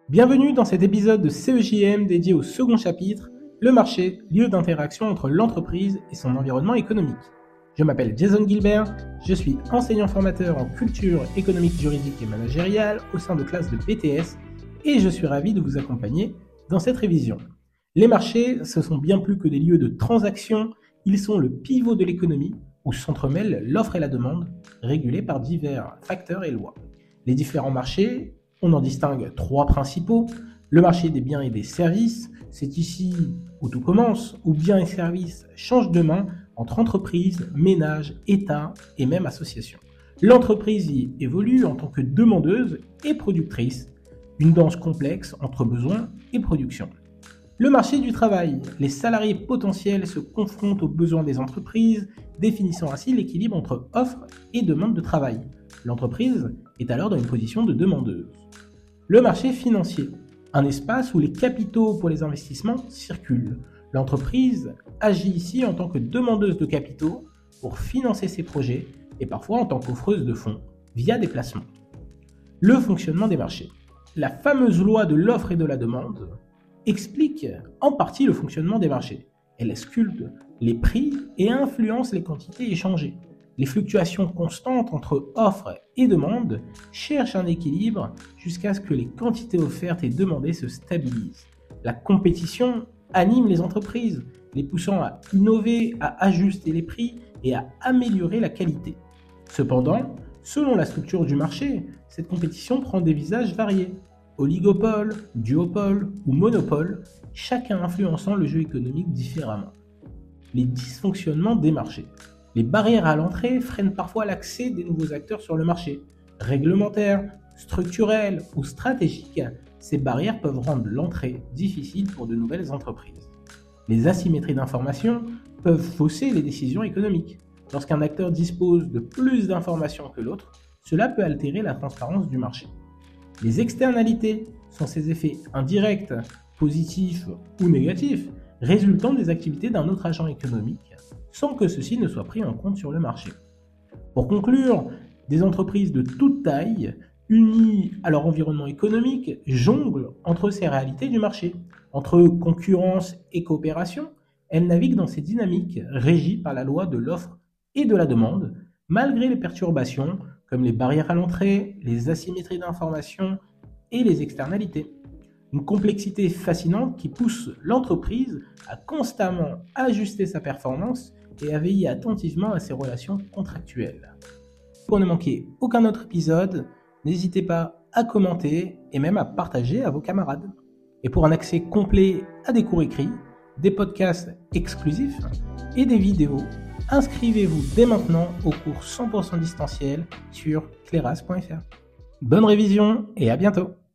Bienvenue dans cet épisode de CEJM dédié au second chapitre, le marché, lieu d'interaction entre l'entreprise et son environnement économique. Je m'appelle Jason Gilbert, je suis enseignant-formateur en culture économique, juridique et managériale au sein de classes de BTS et je suis ravi de vous accompagner dans cette révision. Les marchés, ce sont bien plus que des lieux de transaction, ils sont le pivot de l'économie où s'entremêlent l'offre et la demande, régulés par divers facteurs et lois. Les différents marchés, on en distingue trois principaux. Le marché des biens et des services, c'est ici où tout commence, où biens et services changent de main entre entreprises, ménages, États et même associations. L'entreprise y évolue en tant que demandeuse et productrice, une danse complexe entre besoins et production. Le marché du travail, les salariés potentiels se confrontent aux besoins des entreprises, définissant ainsi l'équilibre entre offre et demande de travail. L'entreprise est alors dans une position de demandeuse. Le marché financier, un espace où les capitaux pour les investissements circulent. L'entreprise agit ici en tant que demandeuse de capitaux pour financer ses projets et parfois en tant qu'offreuse de fonds via des placements. Le fonctionnement des marchés. La fameuse loi de l'offre et de la demande explique en partie le fonctionnement des marchés. Elle sculpte les prix et influence les quantités échangées. Les fluctuations constantes entre offre et demande cherchent un équilibre jusqu'à ce que les quantités offertes et demandées se stabilisent. La compétition anime les entreprises, les poussant à innover, à ajuster les prix et à améliorer la qualité. Cependant, selon la structure du marché, cette compétition prend des visages variés. Oligopole, duopole ou monopole, chacun influençant le jeu économique différemment. Les dysfonctionnements des marchés. Les barrières à l'entrée freinent parfois l'accès des nouveaux acteurs sur le marché. Réglementaires, structurelles ou stratégiques, ces barrières peuvent rendre l'entrée difficile pour de nouvelles entreprises. Les asymétries d'information peuvent fausser les décisions économiques. Lorsqu'un acteur dispose de plus d'informations que l'autre, cela peut altérer la transparence du marché. Les externalités sont ces effets indirects, positifs ou négatifs, résultant des activités d'un autre agent économique, sans que ceci ne soit pris en compte sur le marché. Pour conclure, des entreprises de toute taille, unies à leur environnement économique, jonglent entre ces réalités du marché. Entre concurrence et coopération, elles naviguent dans ces dynamiques régies par la loi de l'offre et de la demande, malgré les perturbations comme les barrières à l'entrée, les asymétries d'information et les externalités. Une complexité fascinante qui pousse l'entreprise à constamment ajuster sa performance et à veiller attentivement à ses relations contractuelles. Pour ne manquer aucun autre épisode, n'hésitez pas à commenter et même à partager à vos camarades. Et pour un accès complet à des cours écrits, des podcasts exclusifs et des vidéos, inscrivez-vous dès maintenant au cours 100% distanciel sur clairas.fr. Bonne révision et à bientôt!